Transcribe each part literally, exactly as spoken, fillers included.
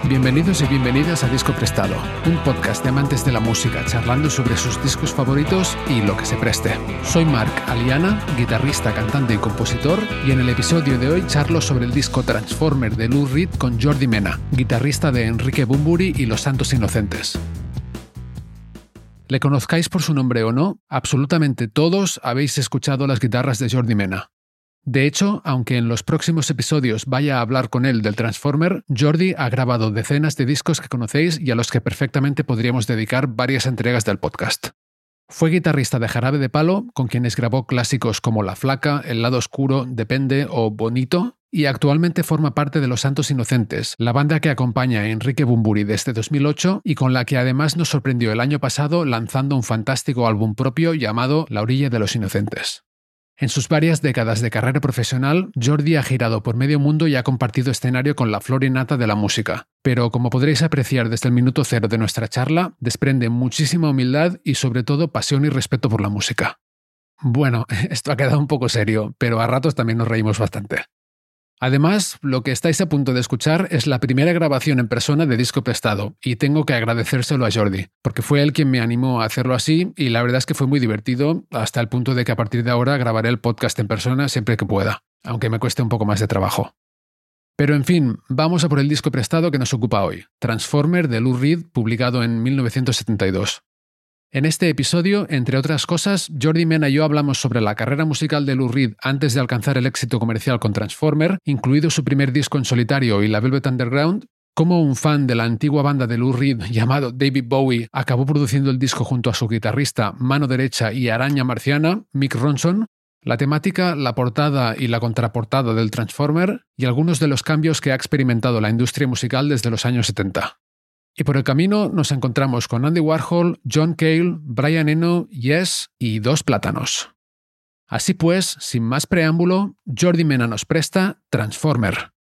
Bienvenidos y bienvenidas a Disco Prestado, un podcast de amantes de la música charlando sobre sus discos favoritos y lo que se preste. Soy Marc Aliana, guitarrista, cantante y compositor, y en el episodio de hoy charlo sobre el disco Transformer de Lou Reed con Jordi Mena, guitarrista de Enrique Bunbury y Los Santos Inocentes. Le conozcáis por su nombre o no, absolutamente todos habéis escuchado las guitarras de Jordi Mena. De hecho, aunque en los próximos episodios vaya a hablar con él del Transformer, Jordi ha grabado decenas de discos que conocéis y a los que perfectamente podríamos dedicar varias entregas del podcast. Fue guitarrista de Jarabe de Palo, con quienes grabó clásicos como La Flaca, El Lado Oscuro, Depende o Bonito, y actualmente forma parte de Los Santos Inocentes, la banda que acompaña a Enrique Bunbury desde dos mil ocho y con la que además nos sorprendió el año pasado lanzando un fantástico álbum propio llamado La Orilla de los Inocentes. En sus varias décadas de carrera profesional, Jordi ha girado por medio mundo y ha compartido escenario con la flor y nata de la música. Pero, como podréis apreciar desde el minuto cero de nuestra charla, desprende muchísima humildad y sobre todo pasión y respeto por la música. Bueno, esto ha quedado un poco serio, pero a ratos también nos reímos bastante. Además, lo que estáis a punto de escuchar es la primera grabación en persona de Disco Prestado, y tengo que agradecérselo a Jordi, porque fue él quien me animó a hacerlo así, y la verdad es que fue muy divertido, hasta el punto de que a partir de ahora grabaré el podcast en persona siempre que pueda, aunque me cueste un poco más de trabajo. Pero en fin, vamos a por el disco prestado que nos ocupa hoy, Transformer de Lou Reed, publicado en mil novecientos setenta y dos. En este episodio, entre otras cosas, Jordi Mena y yo hablamos sobre la carrera musical de Lou Reed antes de alcanzar el éxito comercial con Transformer, incluido su primer disco en solitario y la Velvet Underground, cómo un fan de la antigua banda de Lou Reed llamado David Bowie acabó produciendo el disco junto a su guitarrista, mano derecha y araña marciana, Mick Ronson, la temática, la portada y la contraportada del Transformer y algunos de los cambios que ha experimentado la industria musical desde los años setenta. Y por el camino nos encontramos con Andy Warhol, John Cale, Brian Eno, Yes y Dos Plátanos. Así pues, sin más preámbulo, Jordi Mena nos presta Transformer.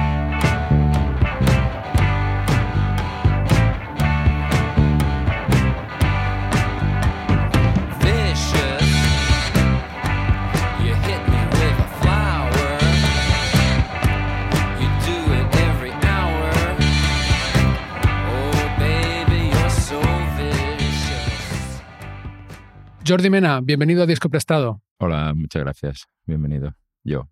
Jordi Mena, bienvenido a Disco Prestado. Hola, muchas gracias. Bienvenido. Yo.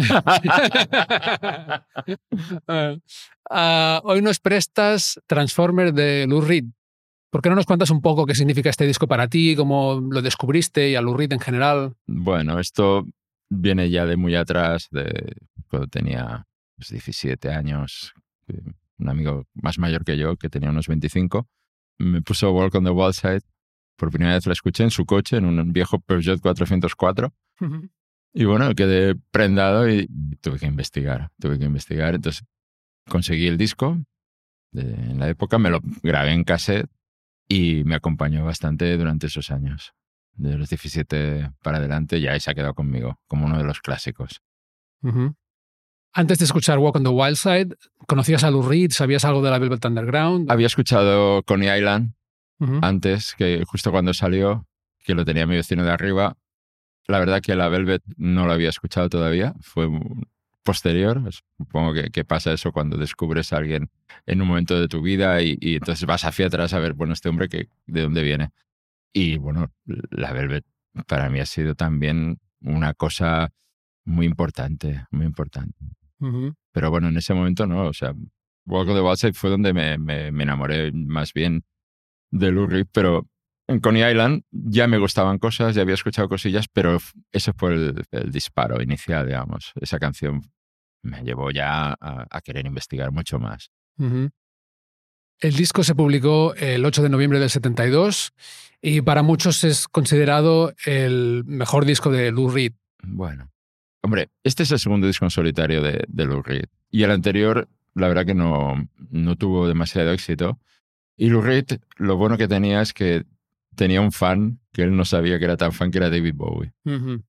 uh, uh, hoy nos prestas Transformer de Lou Reed. ¿Por qué no nos cuentas un poco qué significa este disco para ti, cómo lo descubriste y a Lou Reed en general? Bueno, esto viene ya de muy atrás, de cuando tenía pues, diecisiete años. Un amigo más mayor que yo, que tenía unos veinticinco, me puso Walk on the Wild Side. Por primera vez la escuché en su coche, en un viejo Peugeot cuatrocientos cuatro. Uh-huh. Y bueno, quedé prendado y tuve que investigar. Tuve que investigar. Entonces conseguí el disco. De, en la época me lo grabé en cassette y me acompañó bastante durante esos años. De los diecisiete para adelante ya se ha quedado conmigo, como uno de los clásicos. Uh-huh. Antes de escuchar Walk on the Wild Side, ¿conocías a Lou Reed? ¿Sabías algo de la Velvet Underground? Había escuchado Coney Island. Uh-huh. Antes, que justo cuando salió, que lo tenía mi vecino de arriba. La verdad que la Velvet no lo había escuchado todavía, fue posterior. Supongo que, que pasa eso cuando descubres a alguien en un momento de tu vida y, y entonces vas hacia atrás a ver, bueno, este hombre que, de dónde viene. Y bueno, la Velvet para mí ha sido también una cosa muy importante, muy importante. Uh-huh. Pero bueno, en ese momento no, o sea, Walk on the Wild Side fue donde me, me, me enamoré más bien de Lou Reed, pero en Coney Island ya me gustaban cosas, ya había escuchado cosillas, pero ese fue el, el disparo inicial, digamos. Esa canción me llevó ya a, a querer investigar mucho más. Uh-huh. El disco se publicó el ocho de noviembre del setenta y dos y para muchos es considerado el mejor disco de Lou Reed. Bueno, hombre, este es el segundo disco en solitario de, de Lou Reed y el anterior, la verdad que no, no tuvo demasiado éxito. Y Lou Reed, lo bueno que tenía es que tenía un fan que él no sabía que era tan fan, que era David Bowie. Uh-huh.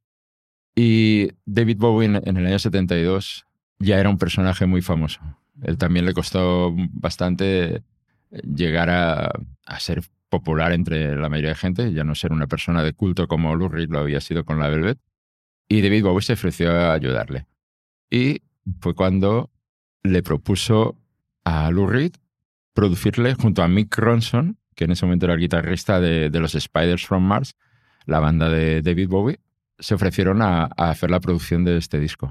Y David Bowie en, en el año setenta y dos ya era un personaje muy famoso. Él también le costó bastante llegar a, a ser popular entre la mayoría de gente, ya no ser una persona de culto como Lou Reed lo había sido con la Velvet. Y David Bowie se ofreció a ayudarle. Y fue cuando le propuso a Lou Reed producirle junto a Mick Ronson, que en ese momento era el guitarrista de, de los Spiders from Mars, la banda de David Bowie, se ofrecieron a, a hacer la producción de este disco.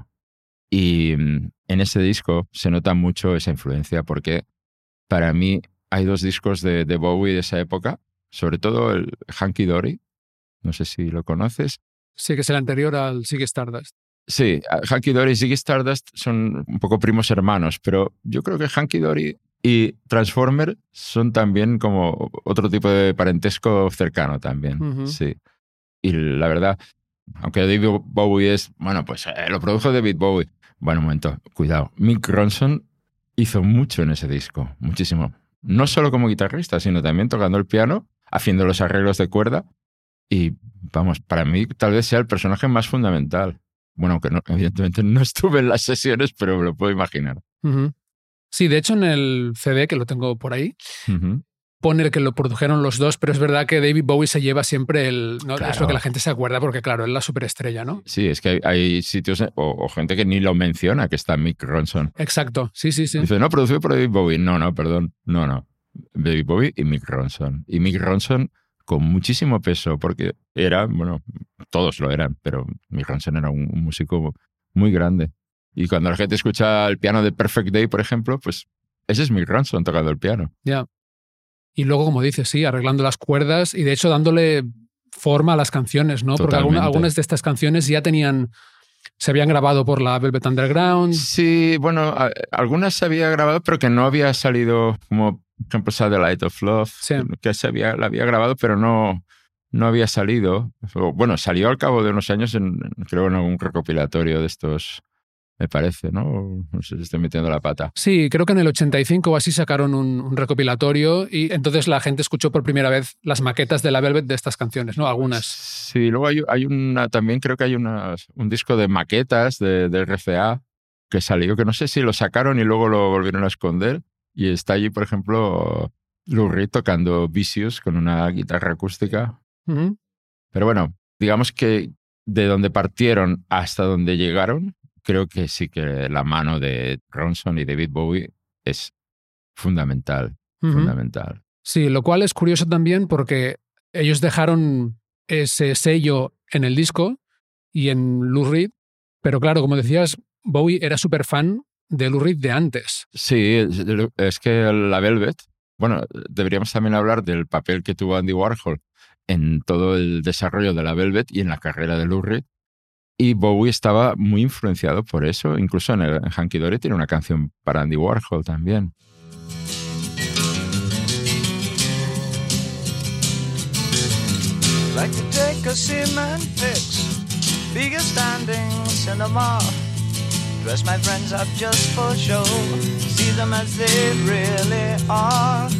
Y en ese disco se nota mucho esa influencia, porque para mí hay dos discos de, de Bowie de esa época, sobre todo el Hunky Dory, no sé si lo conoces. Sí, que es el anterior al Ziggy Stardust. Sí, Hunky Dory y Ziggy Stardust son un poco primos hermanos, pero yo creo que Hunky Dory y Transformer son también como otro tipo de parentesco cercano también, uh-huh. Sí. Y la verdad, aunque David Bowie es, bueno, pues eh, lo produjo David Bowie. Bueno, un momento, cuidado. Mick Ronson hizo mucho en ese disco, muchísimo. No solo como guitarrista, sino también tocando el piano, haciendo los arreglos de cuerda. Y vamos, para mí tal vez sea el personaje más fundamental. Bueno, aunque no, evidentemente no estuve en las sesiones, pero me lo puedo imaginar. Uh-huh. Sí, de hecho en el C D, que lo tengo por ahí, uh-huh. pone que lo produjeron los dos, pero es verdad que David Bowie se lleva siempre el... ¿no? Claro. Es lo que la gente se acuerda, porque claro, es la superestrella, ¿no? Sí, es que hay, hay sitios o, o gente que ni lo menciona, que está Mick Ronson. Exacto, sí, sí, sí. Dice, no, producido por David Bowie. No, no, perdón, no, no. David Bowie y Mick Ronson. Y Mick Ronson con muchísimo peso, porque era, bueno, todos lo eran, pero Mick Ronson era un, un músico muy grande. Y cuando la gente escucha el piano de Perfect Day, por ejemplo, pues ese es Mick Ronson tocando el piano. Ya. Yeah. Y luego, como dices, sí, arreglando las cuerdas y de hecho dándole forma a las canciones, ¿no? Totalmente. Porque alguna, algunas de estas canciones ya tenían... Se habían grabado por la Velvet Underground. Sí, bueno, a, algunas se había grabado, pero que no había salido, como por ejemplo Satellite of Love, sí. que se había, la había grabado, pero no, no había salido. Bueno, salió al cabo de unos años, en, creo en algún recopilatorio de estos, me parece, ¿no? No sé si estoy metiendo la pata. Sí, creo que en el ochenta y cinco o así sacaron un, un recopilatorio y entonces la gente escuchó por primera vez las maquetas de la Velvet de estas canciones, ¿no? Algunas. Sí, luego hay, hay una, también creo que hay una, un disco de maquetas de, de R C A que salió, que no sé si lo sacaron y luego lo volvieron a esconder. Y está allí, por ejemplo, Lou Reed tocando Vicious con una guitarra acústica. Uh-huh. Pero bueno, digamos que de donde partieron hasta donde llegaron, creo que sí que la mano de Ronson y David Bowie es fundamental, uh-huh. fundamental. Sí, lo cual es curioso también porque ellos dejaron ese sello en el disco y en Lou Reed, pero claro, como decías, Bowie era súper fan de Lou Reed de antes. Sí, es que la Velvet, bueno, deberíamos también hablar del papel que tuvo Andy Warhol en todo el desarrollo de la Velvet y en la carrera de Lou Reed. Y Bowie estaba muy influenciado por eso. Incluso en, el, en Hunky Dory tiene una canción para Andy Warhol también. Like to take a cement fix, bigger standing cinema. Dress my friends up just for show, see them as they really are.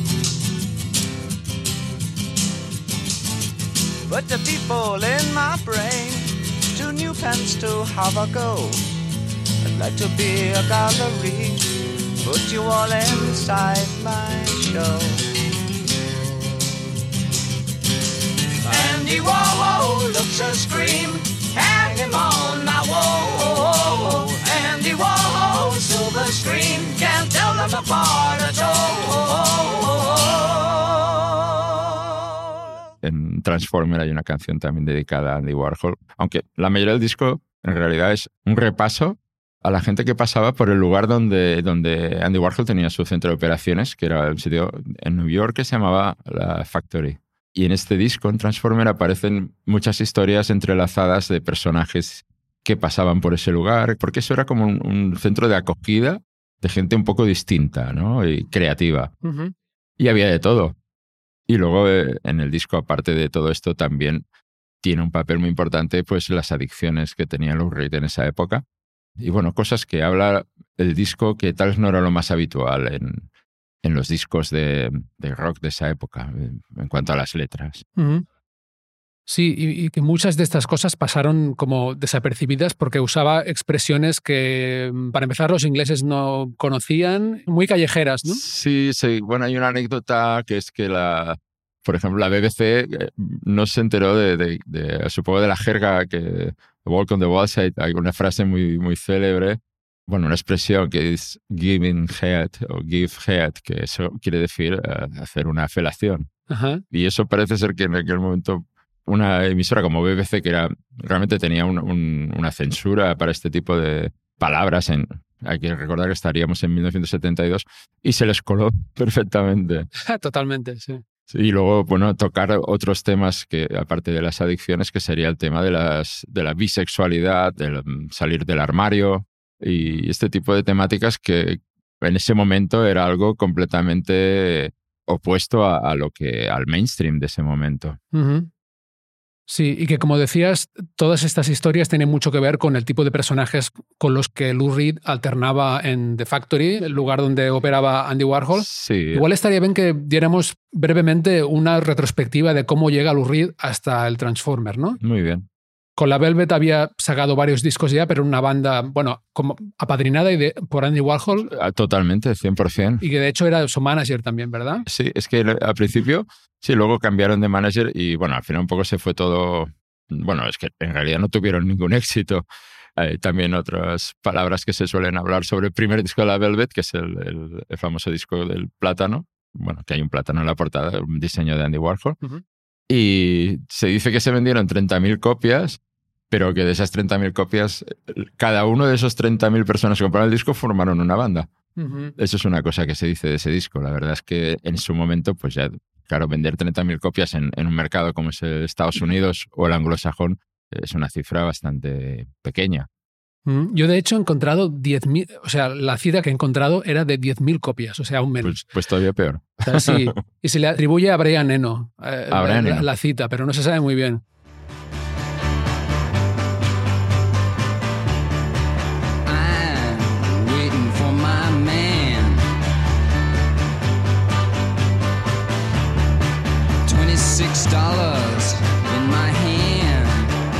But the people in my brain, two new pens to have a go. I'd like to be a gallery, put you all inside my show. Andy Warhol looks a scream, hang him on my wall. Andy Warhol, silver screen, can't tell them apart at all. En Transformer hay una canción también dedicada a Andy Warhol, aunque la mayoría del disco en realidad es un repaso a la gente que pasaba por el lugar donde, donde Andy Warhol tenía su centro de operaciones, que era el sitio en New York que se llamaba la Factory. Y en este disco, en Transformer, aparecen muchas historias entrelazadas de personajes que pasaban por ese lugar, porque eso era como un, un centro de acogida de gente un poco distinta, ¿no? Y creativa. Uh-huh. Y había de todo. Y luego eh, en el disco, aparte de todo esto, también tiene un papel muy importante pues las adicciones que tenía Lou Reed en esa época. Y bueno, cosas que habla el disco que tal vez no era lo más habitual en, en los discos de, de rock de esa época, en cuanto a las letras. Uh-huh. Sí, y, y que muchas de estas cosas pasaron como desapercibidas porque usaba expresiones que, para empezar, los ingleses no conocían, muy callejeras, ¿no? Sí, sí. Bueno, hay una anécdota que es que, la, por ejemplo, la B B C no se enteró de, de, de supongo, de la jerga que Walk on the Wall Side. Hay una frase muy, muy célebre bueno, una expresión que es giving head o give head, que eso quiere decir uh, hacer una felación. Ajá. Y eso parece ser que en aquel momento una emisora como B B C, que era, realmente tenía un, un, una censura para este tipo de palabras, en, hay que recordar que estaríamos en mil novecientos setenta y dos, y se les coló perfectamente. Totalmente, sí. Y luego, bueno, tocar otros temas que, aparte de las adicciones, que sería el tema de, las, de la bisexualidad, del salir del armario y este tipo de temáticas que en ese momento era algo completamente opuesto a, a lo que, al mainstream de ese momento. Uh-huh. Sí, y que como decías, todas estas historias tienen mucho que ver con el tipo de personajes con los que Lou Reed alternaba en The Factory, el lugar donde operaba Andy Warhol. Sí. Igual estaría bien que diéramos brevemente una retrospectiva de cómo llega Lou Reed hasta el Transformer, ¿no? Muy bien. Con la Velvet había sacado varios discos ya, pero una banda, bueno, como apadrinada y de, por Andy Warhol. Totalmente, cien por ciento. Y que de hecho era su manager también, ¿verdad? Sí, es que al principio, sí, luego cambiaron de manager y bueno, al final un poco se fue todo. Bueno, es que en realidad no tuvieron ningún éxito. Hay también otras palabras que se suelen hablar sobre el primer disco de la Velvet, que es el, el, el famoso disco del plátano. Bueno, que hay un plátano en la portada, un diseño de Andy Warhol. Uh-huh. Y se dice que se vendieron treinta mil copias, pero que de esas treinta mil copias, cada uno de esos treinta mil personas que compraron el disco formaron una banda. Uh-huh. Eso es una cosa que se dice de ese disco. La verdad es que en su momento, pues ya, claro, vender treinta mil copias en, en un mercado como es Estados Unidos o el anglosajón es una cifra bastante pequeña. Uh-huh. Yo, de hecho, he encontrado diez mil, o sea, la cifra que he encontrado era de diez mil copias, o sea, aún menos. Pues, pues todavía peor. O sea, sí, y se le atribuye a Brian Eno, eh, a Brian la, Eno. la cita, pero no se sabe muy bien. dollars in my hand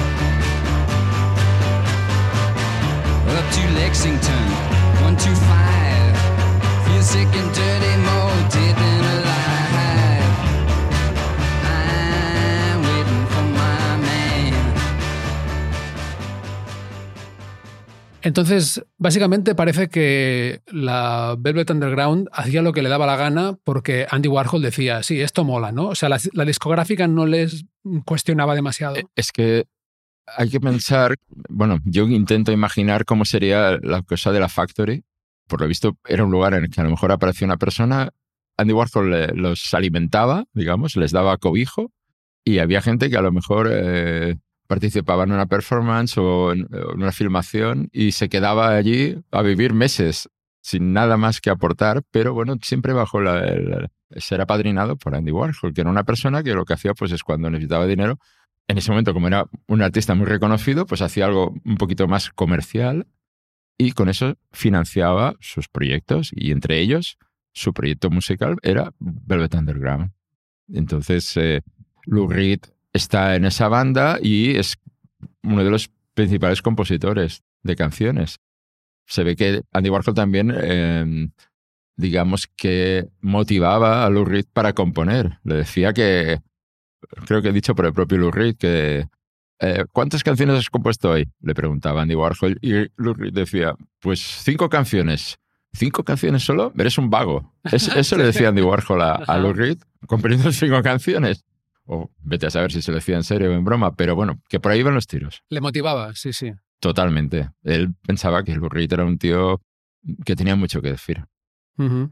up to Lexington one two five feel sick and dirty more dead than alive I'm waiting for my man. Entonces, básicamente parece que la Velvet Underground hacía lo que le daba la gana porque Andy Warhol decía, sí, esto mola, ¿no? O sea, la, la discográfica no les cuestionaba demasiado. Es que hay que pensar, bueno, yo intento imaginar cómo sería la cosa de la Factory. Por lo visto, era un lugar en el que a lo mejor aparecía una persona, Andy Warhol le, los alimentaba, digamos, les daba cobijo y había gente que a lo mejor... Eh, participaba en una performance o en una filmación y se quedaba allí a vivir meses sin nada más que aportar, pero bueno, siempre bajo la, el, ser apadrinado por Andy Warhol, que era una persona que lo que hacía pues es cuando necesitaba dinero, en ese momento como era un artista muy reconocido, pues hacía algo un poquito más comercial y con eso financiaba sus proyectos y entre ellos su proyecto musical era Velvet Underground. Entonces eh, Lou Reed está en esa banda y es uno de los principales compositores de canciones. Se ve que Andy Warhol también, eh, digamos que motivaba a Lou Reed para componer. Le decía que, creo que he dicho por el propio Lou Reed, que eh, ¿cuántas canciones has compuesto hoy? Le preguntaba Andy Warhol y Lou Reed decía, pues cinco canciones. ¿Cinco canciones solo? Eres un vago. Es, eso le decía Andy Warhol a, a Lou Reed, componiendo cinco canciones. O vete a saber si se lo decía en serio o en broma, pero bueno, que por ahí van los tiros. Le motivaba, sí, sí. Totalmente. Él pensaba que Lou Reed era un tío que tenía mucho que decir. Uh-huh.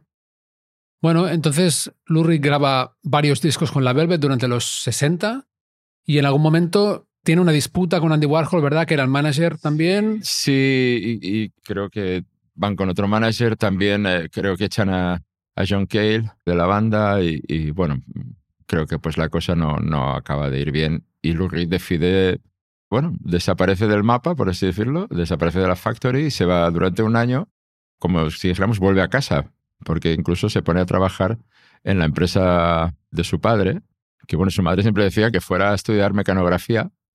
Bueno, entonces Lou Reed graba varios discos con la Velvet durante los sesenta y en algún momento tiene una disputa con Andy Warhol, ¿verdad? Que era el manager también. Sí, y, y creo que van con otro manager. También eh, creo que echan a, a John Cale de la banda y, y bueno... Creo que pues la cosa no, no acaba de ir bien y Lou Reed decide, bueno, desaparece del mapa, por así decirlo, desaparece de la Factory y se va durante un año, como si dijéramos, vuelve a casa, porque incluso se pone a trabajar en la empresa de su padre, que bueno, su madre siempre decía que fuera a estudiar mecanografía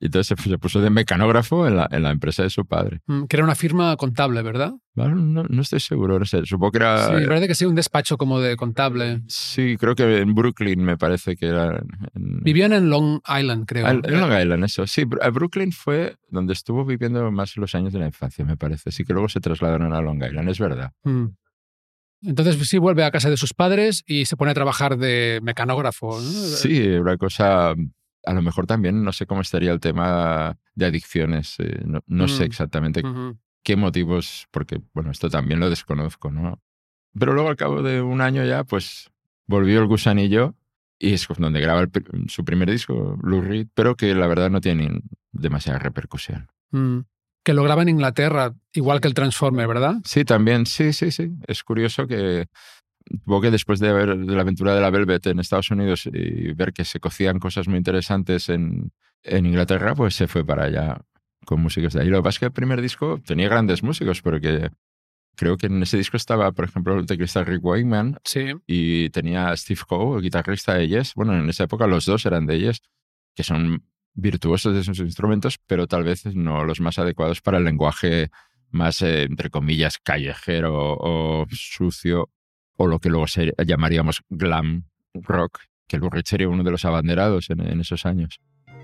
Y entonces se puso de mecanógrafo en la, en la empresa de su padre. Mm, que era una firma contable, ¿verdad? Bueno, no, no estoy seguro, no sé, supongo que era... Sí, parece que sí, un despacho como de contable. Sí, creo que en Brooklyn me parece que era... En... Vivían en Long Island, creo. En Long Island, eso. Sí, Brooklyn fue donde estuvo viviendo más los años de la infancia, me parece. Sí que luego se trasladaron a Long Island, es verdad. Mm. Entonces sí vuelve a casa de sus padres y se pone a trabajar de mecanógrafo, ¿no? Sí, una cosa... A lo mejor también no sé cómo estaría el tema de adicciones. Eh, no no mm. sé exactamente mm-hmm. qué motivos, porque, bueno, esto también lo desconozco, ¿no? Pero luego al cabo de un año ya, pues volvió el gusanillo y es donde graba el, su primer disco, Lou Reed, pero que la verdad no tiene demasiada repercusión. Mm. Que lo graba en Inglaterra, igual que el Transformer, ¿verdad? Sí, también, sí, sí, sí. Es curioso que... Supongo que después de ver de la aventura de la Velvet en Estados Unidos y ver que se cocían cosas muy interesantes en, en Inglaterra, pues se fue para allá con músicos de ahí. Lo que pasa es que el primer disco tenía grandes músicos, porque creo que en ese disco estaba, por ejemplo, el teclista Rick Wakeman, sí. Y tenía a Steve Howe, el guitarrista de Yes. Bueno, en esa época los dos eran de Yes, que son virtuosos de sus instrumentos, pero tal vez no los más adecuados para el lenguaje más, eh, entre comillas, callejero o sucio, o lo que luego se llamaríamos glam rock, que Lou Reed sería uno de los abanderados en, en esos años.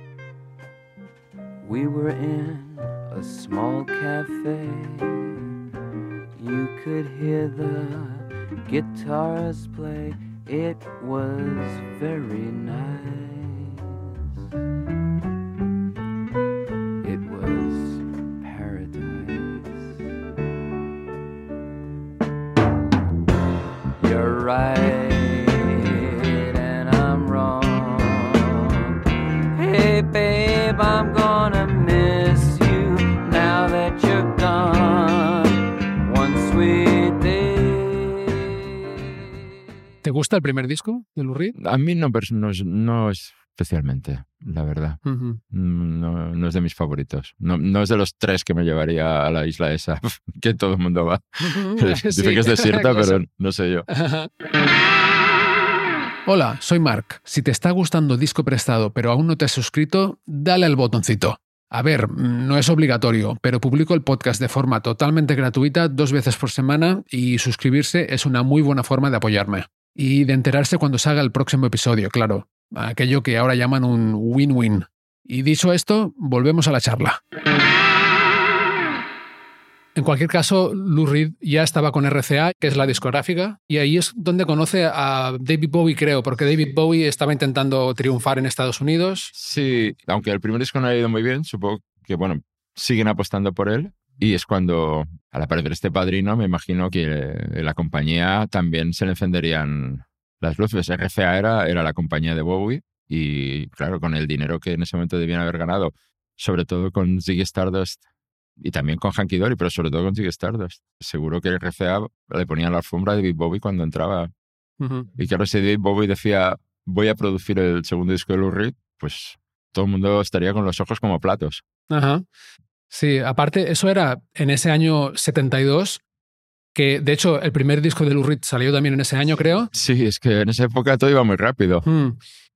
We were in a small cafe. You could hear the guitars play. It was very nice. It was paradise. You're right and I'm wrong. Hey babe, I'm gonna miss you now that you're gone. One sweet day. ¿Te gusta el primer disco de Lou Reed? A mí no, no, no especialmente, la verdad. Uh-huh. No, no es de mis favoritos. No, no es de los tres que me llevaría a la isla esa, que todo el mundo va. Dice sí, que es desierta, pero no sé yo. Hola, soy Marc. Si te está gustando Disco Prestado, pero aún no te has suscrito, dale al botoncito. A ver, no es obligatorio, pero publico el podcast de forma totalmente gratuita dos veces por semana y suscribirse es una muy buena forma de apoyarme. Y de enterarse cuando salga el próximo episodio, claro. Aquello que ahora llaman un win-win. Y dicho esto, volvemos a la charla. En cualquier caso, Lou Reed ya estaba con R C A, que es la discográfica, y ahí es donde conoce a David Bowie, creo, porque David Bowie estaba intentando triunfar en Estados Unidos. Sí, aunque el primer disco no ha ido muy bien, supongo que, bueno, siguen apostando por él. Y es cuando, al aparecer este padrino, me imagino que la compañía también se le encenderían las luces. R C A era, era la compañía de Bowie y, claro, con el dinero que en ese momento debían haber ganado, sobre todo con Ziggy Stardust y también con Hanky Dory, pero sobre todo con Ziggy Stardust. Seguro que R C A le ponía la alfombra a David Bowie cuando entraba. Uh-huh. Y claro, si David Bowie decía, voy a producir el segundo disco de Lou Reed, pues todo el mundo estaría con los ojos como platos. Ajá. Uh-huh. Sí, aparte, eso era en ese año setenta y dos, que de hecho el primer disco de Lou Reed salió también en ese año, creo. Sí, es que en esa época todo iba muy rápido. Mm.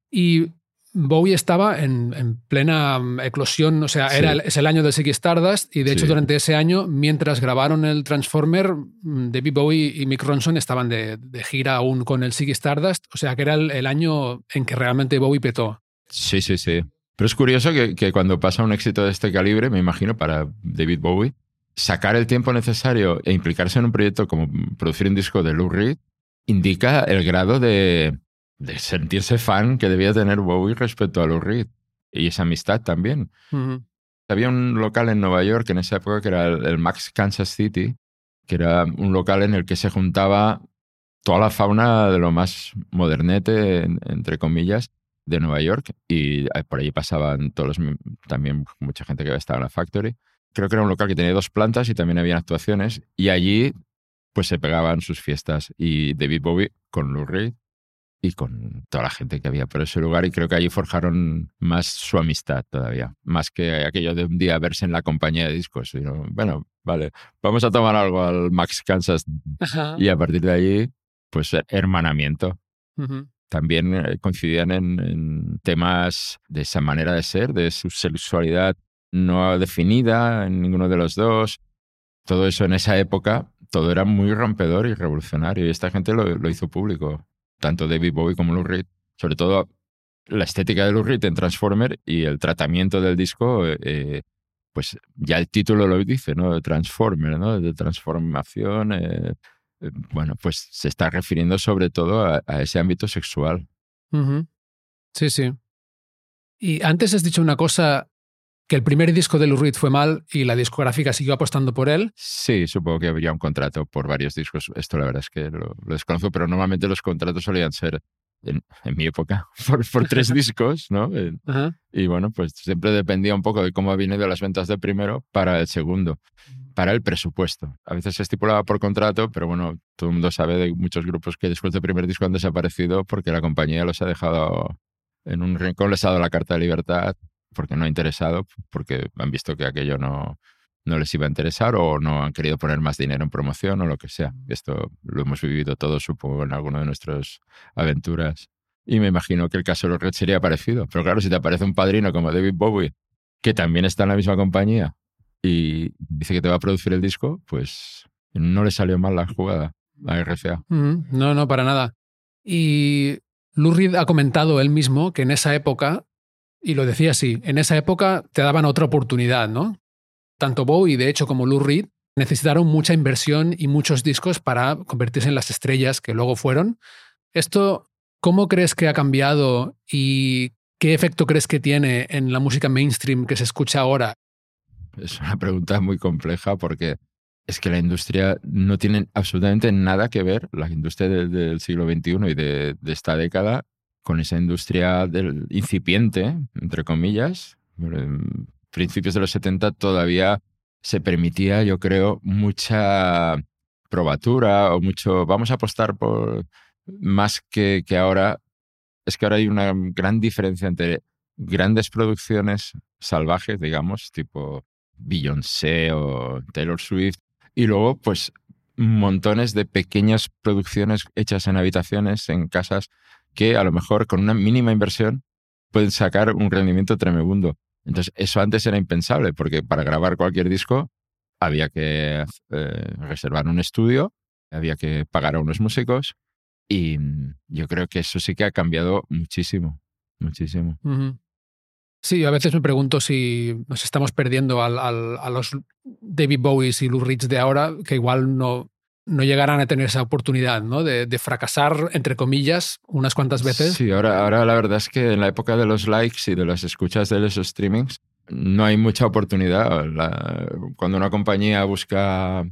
Y Bowie estaba en, en plena eclosión, o sea, sí. era el, es el año de Ziggy Stardust, y de hecho sí. durante ese año, mientras grabaron el Transformer, David Bowie y Mick Ronson estaban de, de gira aún con el Ziggy Stardust, o sea que era el, el año en que realmente Bowie petó. Sí, sí, sí. Pero es curioso que, que cuando pasa un éxito de este calibre, me imagino, para David Bowie, sacar el tiempo necesario e implicarse en un proyecto como producir un disco de Lou Reed indica el grado de, de sentirse fan que debía tener Bowie respecto a Lou Reed. Y esa amistad también. Uh-huh. Había un local en Nueva York en esa época que era el, el Max Kansas City, que era un local en el que se juntaba toda la fauna de lo más modernete, en, entre comillas, de Nueva York, y por ahí pasaban todos los, también mucha gente que había estado en la Factory. Creo que era un local que tenía dos plantas y también había actuaciones, y allí pues se pegaban sus fiestas, y David Bowie con Lou Reed y con toda la gente que había por ese lugar, y creo que allí forjaron más su amistad todavía, más que aquello de un día verse en la compañía de discos, sino, bueno, vale, vamos a tomar algo al Max Kansas. Ajá. Y a partir de allí, pues hermanamiento. Uh-huh. también eh, coincidían en, en temas de esa manera de ser, de su sexualidad no definida en ninguno de los dos. Todo eso en esa época, todo era muy rompedor y revolucionario. Y esta gente lo, lo hizo público, tanto David Bowie como Lou Reed. Sobre todo la estética de Lou Reed en Transformer y el tratamiento del disco, eh, pues ya el título lo dice, ¿no? De Transformer, ¿no? De transformación. Eh, eh, bueno, pues se está refiriendo sobre todo a, a ese ámbito sexual. Uh-huh. Sí, sí. Y antes has dicho una cosa, que el primer disco de Lou Reed fue mal y la discográfica siguió apostando por él. Sí, supongo que habría un contrato por varios discos. Esto la verdad es que lo, lo desconozco, pero normalmente los contratos solían ser, en, en mi época, por, por tres discos, ¿no? Uh-huh. Y bueno, pues siempre dependía un poco de cómo habían ido las ventas del primero para el segundo, para el presupuesto. A veces se estipulaba por contrato, pero bueno, todo el mundo sabe de muchos grupos que después del primer disco han desaparecido porque la compañía los ha dejado en un rincón, les ha dado la carta de libertad porque no ha interesado, porque han visto que aquello no, no les iba a interesar o no han querido poner más dinero en promoción o lo que sea. Esto lo hemos vivido todos, supongo, en alguna de nuestras aventuras. Y me imagino que el caso de los Red sería parecido. Pero claro, si te aparece un padrino como David Bowie, que también está en la misma compañía y dice que te va a producir el disco, pues no le salió mal la jugada a R C A. Mm, no, no, para nada. Y Lou Reed ha comentado él mismo que en esa época, y lo decía así, en esa época te daban otra oportunidad, ¿no? Tanto Bowie, de hecho, como Lou Reed necesitaron mucha inversión y muchos discos para convertirse en las estrellas que luego fueron. Esto, ¿cómo crees que ha cambiado y qué efecto crees que tiene en la música mainstream que se escucha ahora? Es una pregunta muy compleja porque es que la industria no tiene absolutamente nada que ver, la industria del, del siglo veintiuno y de, de esta década, con esa industria del incipiente, entre comillas. En principios de los setenta todavía se permitía, yo creo, mucha probatura o mucho, vamos a apostar por más que, que ahora. Es que ahora hay una gran diferencia entre grandes producciones salvajes, digamos, tipo Beyoncé o Taylor Swift, y luego pues montones de pequeñas producciones hechas en habitaciones, en casas, que a lo mejor con una mínima inversión pueden sacar un rendimiento tremendo. Entonces eso antes era impensable, porque para grabar cualquier disco había que eh, reservar un estudio, había que pagar a unos músicos, y yo creo que eso sí que ha cambiado muchísimo, muchísimo. Uh-huh. Sí, a veces me pregunto si nos estamos perdiendo al, al, a los David Bowies y Lou Reeds de ahora, que igual no, no llegarán a tener esa oportunidad, ¿no? De, de fracasar, entre comillas, unas cuantas veces. Sí, ahora, ahora la verdad es que en la época de los likes y de las escuchas de los streamings no hay mucha oportunidad. La, cuando una compañía busca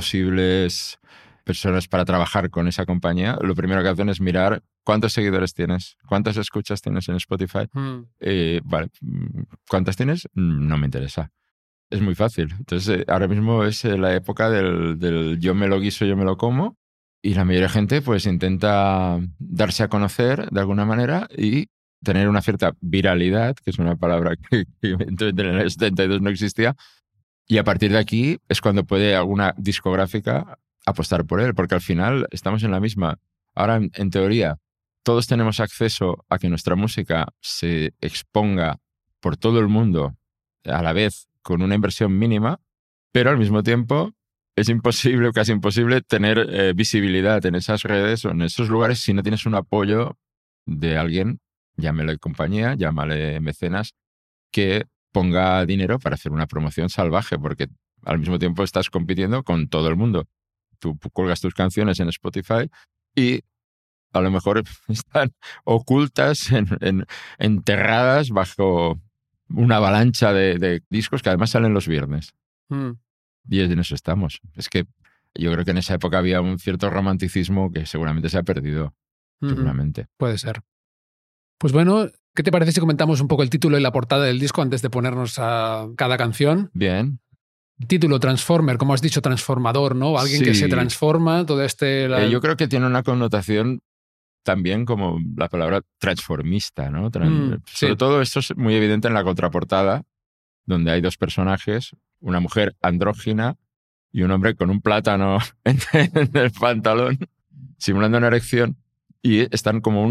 posibles personas para trabajar con esa compañía, lo primero que hacen es mirar cuántos seguidores tienes, cuántas escuchas tienes en Spotify. Mm. Eh, vale, ¿cuántas tienes? No me interesa. Es muy fácil. Entonces, eh, ahora mismo es la época del, del yo me lo guiso, yo me lo como, y la mayoría de gente pues intenta darse a conocer de alguna manera y tener una cierta viralidad, que es una palabra que, que en el setenta y dos no existía, y a partir de aquí es cuando puede alguna discográfica apostar por él, porque al final estamos en la misma. Ahora, en, en teoría, todos tenemos acceso a que nuestra música se exponga por todo el mundo a la vez con una inversión mínima, pero al mismo tiempo es imposible o casi imposible tener eh, visibilidad en esas redes o en esos lugares si no tienes un apoyo de alguien, llámale compañía, llámale mecenas, que ponga dinero para hacer una promoción salvaje, porque al mismo tiempo estás compitiendo con todo el mundo. Tú colgas tus canciones en Spotify y a lo mejor están ocultas, en, en, enterradas bajo una avalancha de, de discos que además salen los viernes. Mm. Y en eso estamos. Es que yo creo que en esa época había un cierto romanticismo que seguramente se ha perdido. Mm-hmm. Seguramente. Puede ser. Pues bueno, ¿qué te parece si comentamos un poco el título y la portada del disco antes de ponernos a cada canción? Bien. Título, Transformer, como has dicho, transformador, ¿no? Alguien sí. que se transforma, todo este... La... Eh, yo creo que tiene una connotación también como la palabra transformista, ¿no? Trans... Mm, Sobre sí. todo esto es muy evidente en la contraportada, donde hay dos personajes, una mujer andrógina y un hombre con un plátano en el pantalón, simulando una erección, y están como uno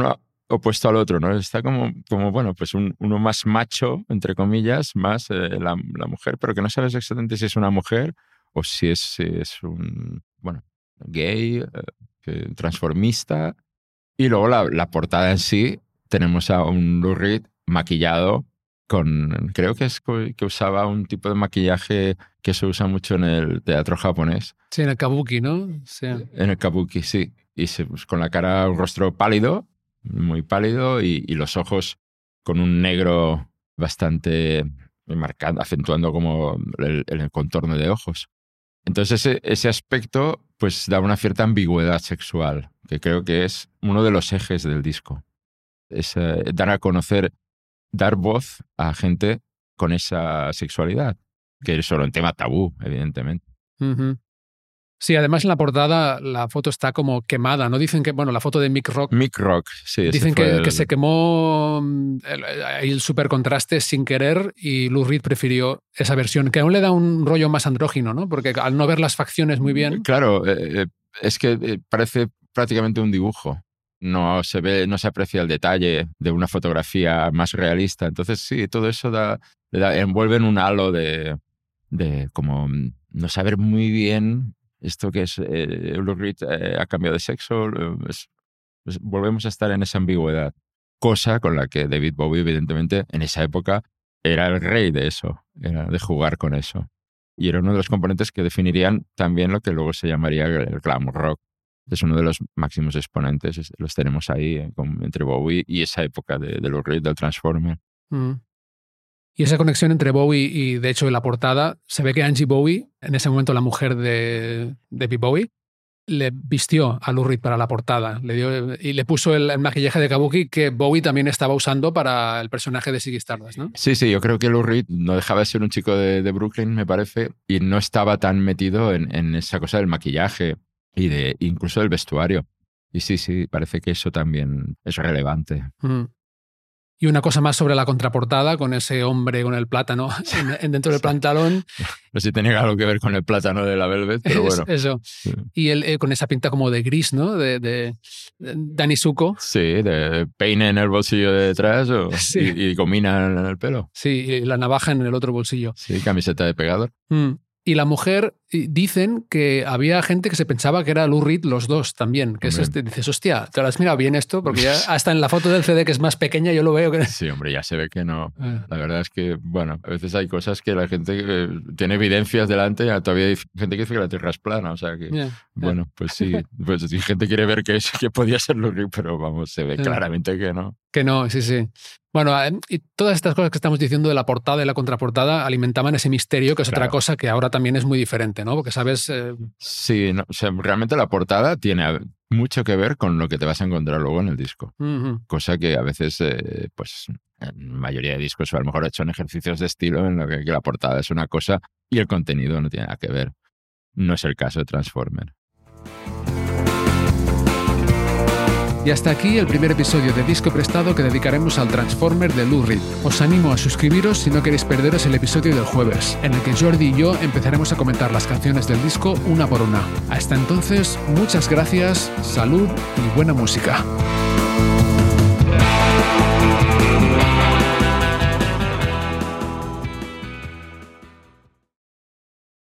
opuesto al otro, ¿no? Está como, como bueno, pues un, uno más macho, entre comillas, más eh, la, la mujer, pero que no sabes exactamente si es una mujer o si es, si es un, bueno, gay, eh, transformista. Y luego la, la portada en sí, tenemos a un Lou Reed maquillado con, creo que es que usaba un tipo de maquillaje que se usa mucho en el teatro japonés. Sí, en el kabuki, ¿no? Sí. En el kabuki, sí. Y se, pues, con la cara, un rostro pálido, muy pálido, y, y los ojos con un negro bastante marcado, acentuando como el, el contorno de ojos. Entonces ese, ese aspecto pues da una cierta ambigüedad sexual, que creo que es uno de los ejes del disco. Es eh, dar a conocer, dar voz a gente con esa sexualidad, que es solo un tema tabú, evidentemente. Uh-huh. Sí, además en la portada la foto está como quemada, ¿no? Dicen que, bueno, la foto de Mick Rock. Mick Rock, sí. Dicen que, el... que se quemó el, el super contraste sin querer y Lou Reed prefirió esa versión, que aún le da un rollo más andrógino, ¿no? Porque al no ver las facciones muy bien... Claro, eh, es que parece prácticamente un dibujo. No se ve, no se aprecia el detalle de una fotografía más realista. Entonces sí, todo eso da, le da, envuelve en un halo de, de como no saber muy bien... Esto que es, eh, Lou Reed eh, ha cambiado de sexo, es, es, volvemos a estar en esa ambigüedad. Cosa con la que David Bowie, evidentemente, en esa época era el rey de eso, era de jugar con eso. Y era uno de los componentes que definirían también lo que luego se llamaría el glam rock. Es uno de los máximos exponentes, es, los tenemos ahí eh, con, entre Bowie y esa época de, de Lou Reed, del Transformer. Mm. Y esa conexión entre Bowie y, de hecho, en la portada, se ve que Angie Bowie, en ese momento la mujer de David Bowie, le vistió a Lou Reed para la portada le dio, y le puso el, el maquillaje de kabuki que Bowie también estaba usando para el personaje de Ziggy Stardust, ¿no? Sí, sí, yo creo que Lou Reed no dejaba de ser un chico de, de Brooklyn, me parece, y no estaba tan metido en, en esa cosa del maquillaje y de incluso del vestuario. Y sí, sí, parece que eso también es relevante. Mm. Y una cosa más sobre la contraportada, con ese hombre con el plátano en, en dentro del pantalón. No sé si tenía algo que ver con el plátano de la Velvet, pero bueno. Eso. Sí. Y él eh, con esa pinta como de gris, ¿no? De, de, de Danny Zuko. Sí, de peine en el bolsillo de detrás o, sí. y, y gomina en el pelo. Sí, y la navaja en el otro bolsillo. Sí, camiseta de pegador. Mm. Y la mujer, dicen que había gente que se pensaba que era Lou Reed los dos también. Que es este, dices, hostia, ¿te lo has mirado bien esto? Porque ya hasta en la foto del C D, que es más pequeña, yo lo veo. Que... Sí, hombre, ya se ve que no. La verdad es que, bueno, a veces hay cosas que la gente eh, tiene evidencias delante y todavía hay gente que dice que la Tierra es plana. O sea que, yeah, bueno, yeah. pues sí. Pues si gente quiere ver que, es, que podía ser Lou Reed, pero vamos, se ve yeah. claramente que no. Que no, sí, sí. Bueno, y todas estas cosas que estamos diciendo de la portada y la contraportada alimentaban ese misterio, que es claro. otra cosa que ahora también es muy diferente, ¿no? Porque sabes... Eh... Sí, no, o sea, realmente la portada tiene mucho que ver con lo que te vas a encontrar luego en el disco. Uh-huh. Cosa que a veces, eh, pues, en mayoría de discos, o a lo mejor he hecho en ejercicios de estilo en lo que, que la portada es una cosa y el contenido no tiene nada que ver. No es el caso de Transformer. Y hasta aquí el primer episodio de Disco Prestado que dedicaremos al Transformer de Lou Reed. Os animo a suscribiros si no queréis perderos el episodio del jueves, en el que Jordi y yo empezaremos a comentar las canciones del disco una por una. Hasta entonces, muchas gracias, salud y buena música.